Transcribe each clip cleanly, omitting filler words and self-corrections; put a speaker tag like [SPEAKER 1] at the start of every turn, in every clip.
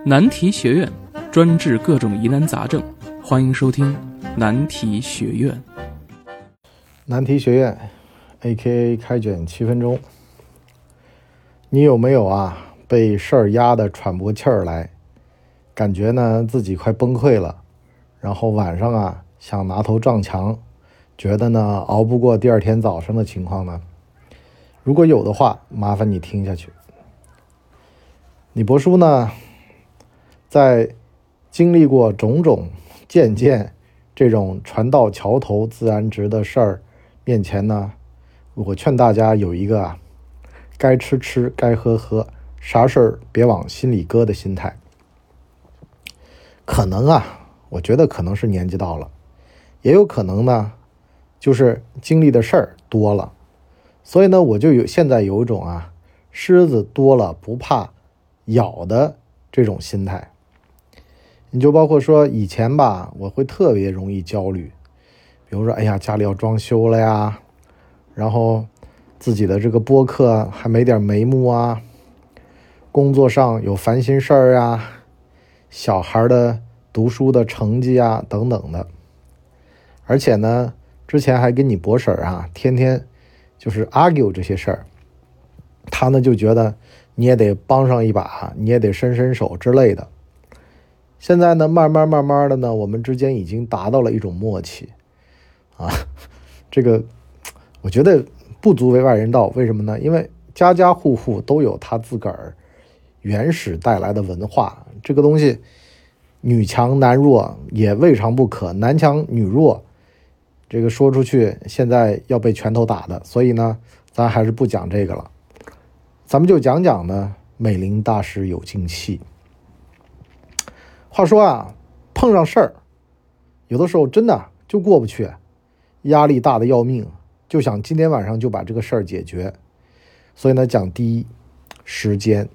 [SPEAKER 1] 难题学院专治各种疑难杂症，欢迎收听难题学院。
[SPEAKER 2] 难题学院 AKA 开卷7分钟。你有没有被事儿压得喘不过气儿来，感觉呢自己快崩溃了，然后晚上想拿头撞墙，觉得呢熬不过第二天早上的情况呢？如果有的话，麻烦你听下去。李伯叔呢在经历过种种渐这种船到桥头自然直的事儿面前呢，我劝大家有一个该吃吃该喝喝，啥事儿别往心里搁的心态。可能我觉得可能是年纪到了，也有可能呢就是经历的事儿多了，所以呢我就现在有一种狮子多了不怕咬的这种心态。你就包括说以前我会特别容易焦虑，比如说家里要装修了呀，然后自己的这个播客还没点眉目工作上有烦心事儿小孩的读书的成绩等等的。而且呢之前还跟你博婶天天就是 argue 这些事儿，他呢就觉得你也得帮上一把，你也得伸手之类的。现在呢慢慢的呢，我们之间已经达到了一种默契这个我觉得不足为外人道。为什么呢？因为家家户户都有他自个儿原始带来的文化，这个东西女强男弱也未尝不可，男强女弱这个说出去现在要被拳头打的，所以呢咱还是不讲这个了，咱们就讲讲呢美龄大师有静气。话说碰上事儿有的时候真的就过不去，压力大的要命，就想今天晚上就把这个事儿解决。所以呢讲第一，时间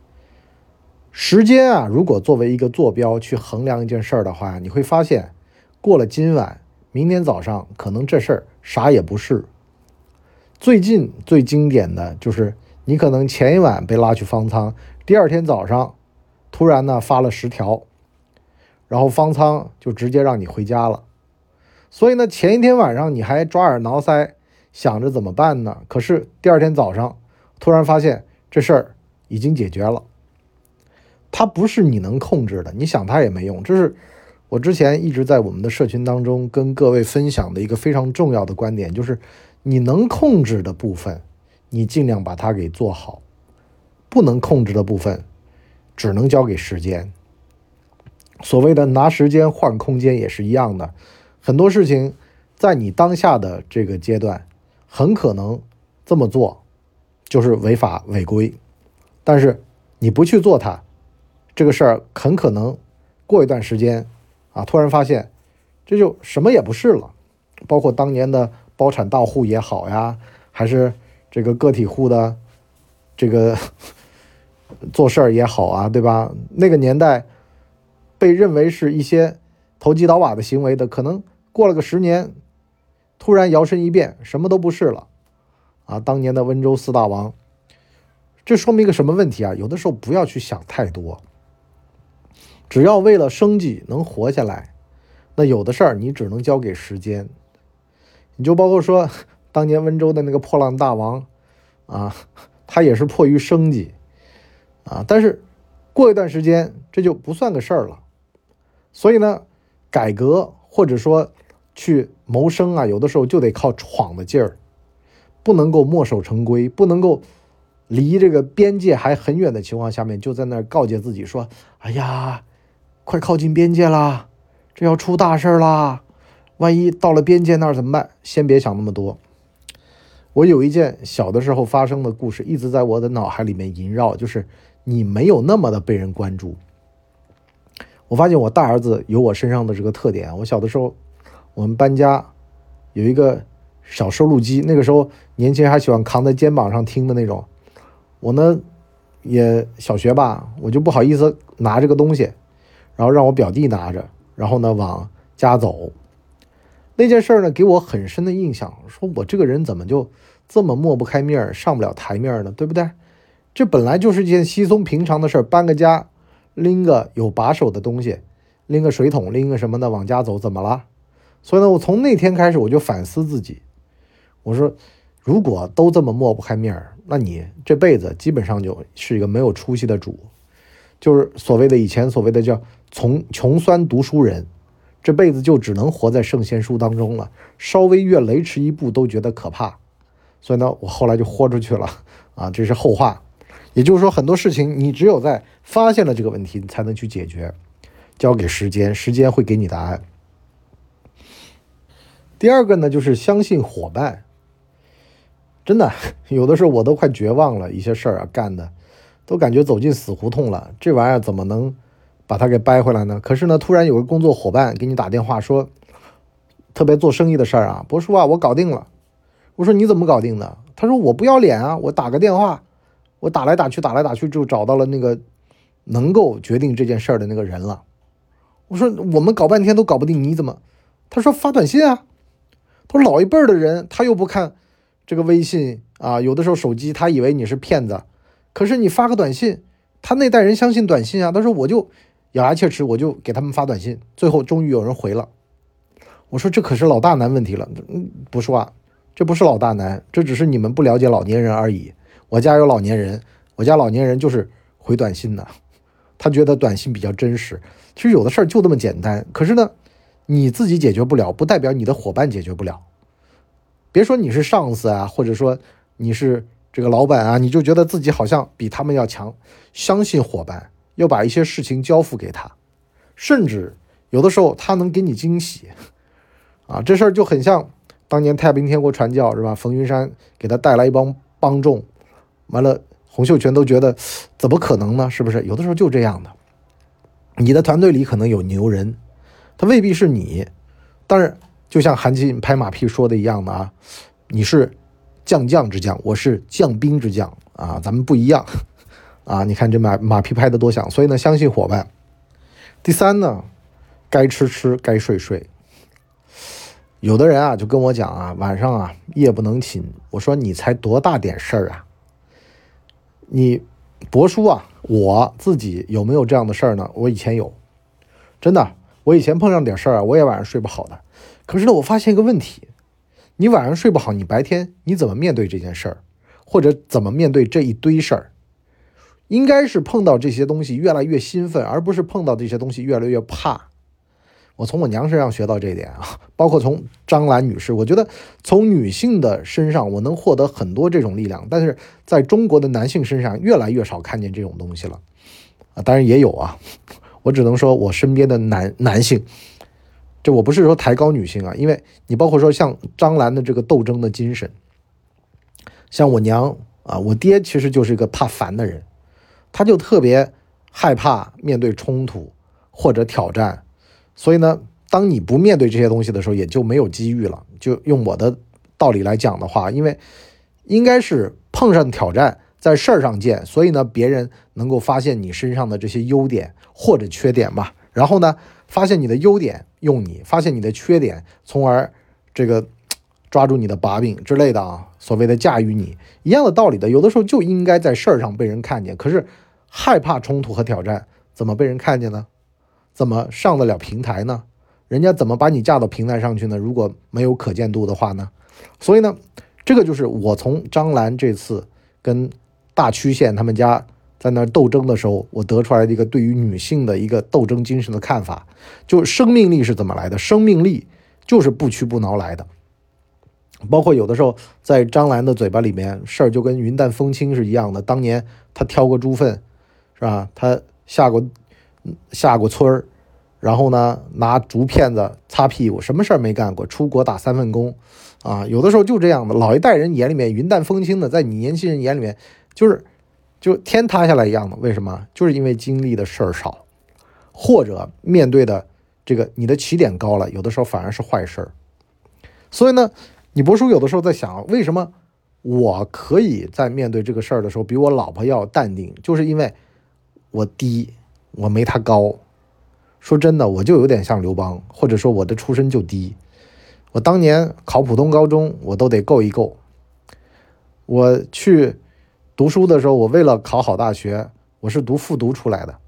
[SPEAKER 2] 如果作为一个坐标去衡量一件事儿的话，你会发现过了今晚明天早上可能这事儿啥也不是。最近最经典的就是你可能前一晚被拉去方舱，第二天早上突然呢发了10条，然后方舱就直接让你回家了。所以呢前一天晚上你还抓耳挠腮想着怎么办呢，可是第二天早上突然发现这事儿已经解决了。它不是你能控制的，你想它也没用。这是我之前一直在我们的社群当中跟各位分享的一个非常重要的观点，就是你能控制的部分你尽量把它给做好，不能控制的部分只能交给时间。所谓的拿时间换空间也是一样的，很多事情在你当下的这个阶段很可能这么做就是违法违规，但是你不去做它，这个事儿很可能过一段时间突然发现这就什么也不是了。包括当年的包产到户也好还是这个个体户的这个做事儿也好对吧？那个年代被认为是一些投机倒把的行为的，可能过了个10年突然摇身一变什么都不是了当年的温州4大王。这说明一个什么问题有的时候不要去想太多，只要为了生计能活下来，那有的事儿你只能交给时间。你就包括说当年温州的那个破浪大王他也是迫于生计但是过一段时间这就不算个事儿了。所以呢改革或者说去谋生有的时候就得靠闯的劲儿，不能够墨守成规，不能够离这个边界还很远的情况下面就在那儿告诫自己说快靠近边界啦，这要出大事啦，万一到了边界那儿怎么办？先别想那么多。我有一件小的时候发生的故事一直在我的脑海里面萦绕，就是你没有那么的被人关注。我发现我大儿子有我身上的这个特点。我小的时候我们搬家有一个小收录机，那个时候年轻人还喜欢扛在肩膀上听的那种。我呢也小学我就不好意思拿这个东西，然后让我表弟拿着，然后呢往家走。那件事呢给我很深的印象，说我这个人怎么就这么抹不开面上不了台面呢？对不对？这本来就是一件稀松平常的事，搬个家拎个有把手的东西，拎个水桶，拎个什么的往家走，怎么了？所以呢，我从那天开始我就反思自己，我说如果都这么抹不开面儿，那你这辈子基本上就是一个没有出息的主，就是以前所谓的叫从穷酸读书人，这辈子就只能活在圣贤书当中了，稍微越雷池一步都觉得可怕。所以呢，我后来就豁出去了啊，这是后话。也就是说，很多事情你只有在发现了这个问题，你才能去解决，交给时间，时间会给你答案。第二个呢，就是相信伙伴。真的，有的时候我都快绝望了，一些事儿啊干的都感觉走进死胡同了，这玩意儿怎么能把它给掰回来呢？可是呢，突然有个工作伙伴给你打电话说，特别做生意的事儿啊，博叔啊，我搞定了。我说你怎么搞定的？他说我不要脸啊，我打个电话，我打来打去就找到了那个能够决定这件事儿的那个人了。我说我们搞半天都搞不定，你怎么？他说发短信啊。他说老一辈的人他又不看这个微信啊，有的时候手机他以为你是骗子，可是你发个短信，他那代人相信短信啊。他说我就咬牙切齿，我就给他们发短信，最后终于有人回了。我说这可是老大难问题了。不说啊，这不是老大难，这只是你们不了解老年人而已。我家有老年人，我家老年人就是回短信的，他觉得短信比较真实。其实有的事儿就这么简单，可是呢你自己解决不了，不代表你的伙伴解决不了。别说你是上司啊，或者说你是这个老板啊，你就觉得自己好像比他们要强。相信伙伴，要把一些事情交付给他，甚至有的时候他能给你惊喜啊。这事儿就很像当年太平天国传教是吧？冯云山给他带来一帮帮众，完了洪秀全都觉得怎么可能呢？是不是？有的时候就这样的，你的团队里可能有牛人，他未必是你。当然就像韩信拍马屁说的一样的啊，你是将将之将，我是将兵之将啊，咱们不一样啊。你看这马屁拍的多响。所以呢，相信伙伴。第三呢，该吃吃，该睡睡。有的人啊就跟我讲啊，晚上啊夜不能寝。我说你才多大点事儿啊，你博叔啊，我自己有没有这样的事儿呢？我以前有，真的，我以前碰上点事儿啊，我也晚上睡不好的。可是呢，我发现一个问题，你晚上睡不好，你白天你怎么面对这件事儿，或者怎么面对这一堆事儿？应该是碰到这些东西越来越兴奋，而不是碰到这些东西越来越怕。我从我娘身上学到这一点啊，包括从张兰女士，我觉得从女性的身上我能获得很多这种力量，但是在中国的男性身上越来越少看见这种东西了啊。当然也有啊，我只能说我身边的男性，这我不是说抬高女性啊，因为你包括说像张兰的这个斗争的精神，像我娘啊，我爹其实就是一个怕烦的人，他就特别害怕面对冲突或者挑战。所以呢，当你不面对这些东西的时候，也就没有机遇了。就用我的道理来讲的话，因为应该是碰上挑战，在事儿上见，所以呢，别人能够发现你身上的这些优点或者缺点嘛，然后呢，发现你的优点用你，发现你的缺点，从而这个抓住你的把柄之类的啊，所谓的驾驭你，一样的道理的。有的时候就应该在事儿上被人看见，可是害怕冲突和挑战，怎么被人看见呢？怎么上得了平台呢？人家怎么把你架到平台上去呢？如果没有可见度的话呢？所以呢，这个就是我从张兰这次跟大曲线他们家在那斗争的时候，我得出来的一个对于女性的一个斗争精神的看法，就生命力是怎么来的？生命力就是不屈不挠来的。包括有的时候在张兰的嘴巴里面，事儿就跟云淡风轻是一样的。当年他挑过猪粪，是吧？他下过村儿，然后呢拿竹片子擦屁股，什么事儿没干过，出国打3份工啊。有的时候就这样的，老一代人眼里面云淡风轻的，在你年轻人眼里面就天塌下来一样的。为什么？就是因为经历的事儿少，或者面对的这个你的起点高了，有的时候反而是坏事儿。所以呢，你博叔有的时候在想，为什么我可以在面对这个事儿的时候比我老婆要淡定，就是因为我低，我没他高。说真的，我就有点像刘邦，或者说我的出身就低。我当年考普通高中，我都得够一够。我去读书的时候，我为了考好大学，我是读复读出来的。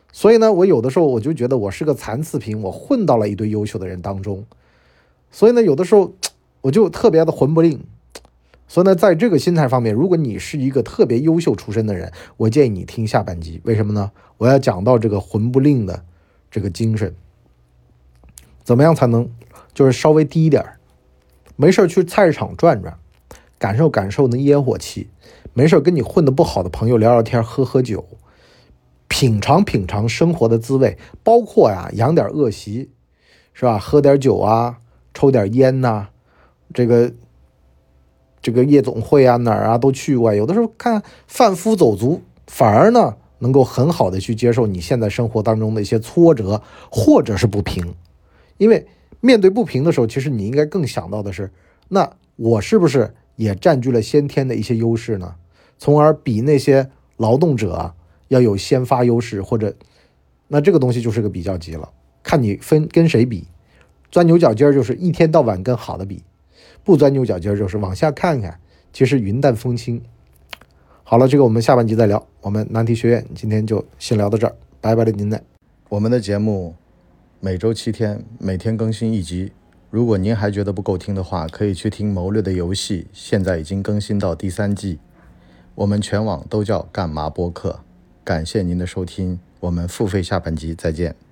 [SPEAKER 2] 所以呢，我有的时候我就觉得我是个残次品，我混到了一堆优秀的人当中。所以呢，有的时候我就特别的混不吝。所以呢，在这个心态方面，如果你是一个特别优秀出身的人，我建议你听下半集。为什么呢？我要讲到这个混不吝的这个精神，怎么样才能就是稍微低一点，没事去菜市场转转，感受感受那烟火气，没事跟你混得不好的朋友聊聊天，喝喝酒，品尝品尝生活的滋味，包括呀养点恶习，是吧？喝点酒啊，抽点烟呐，这个夜总会啊哪儿啊都去过，有的时候看贩夫走卒，反而呢能够很好的去接受你现在生活当中的一些挫折或者是不平。因为面对不平的时候，其实你应该更想到的是，那我是不是也占据了先天的一些优势呢？从而比那些劳动者要有先发优势，或者那这个东西就是个比较级了，看你跟谁比。钻牛角尖就是一天到晚跟好的比，不钻牛角尖就是往下看看，其实云淡风轻。好了，这个我们下半集再聊。我们难题学院今天就先聊到这儿，拜拜了您嘞。
[SPEAKER 3] 我们的节目每周7天，每天更新一集。如果您还觉得不够听的话，可以去听《谋略的游戏》，现在已经更新到第3季。我们全网都叫干嘛播客。感谢您的收听，我们付费下半集再见。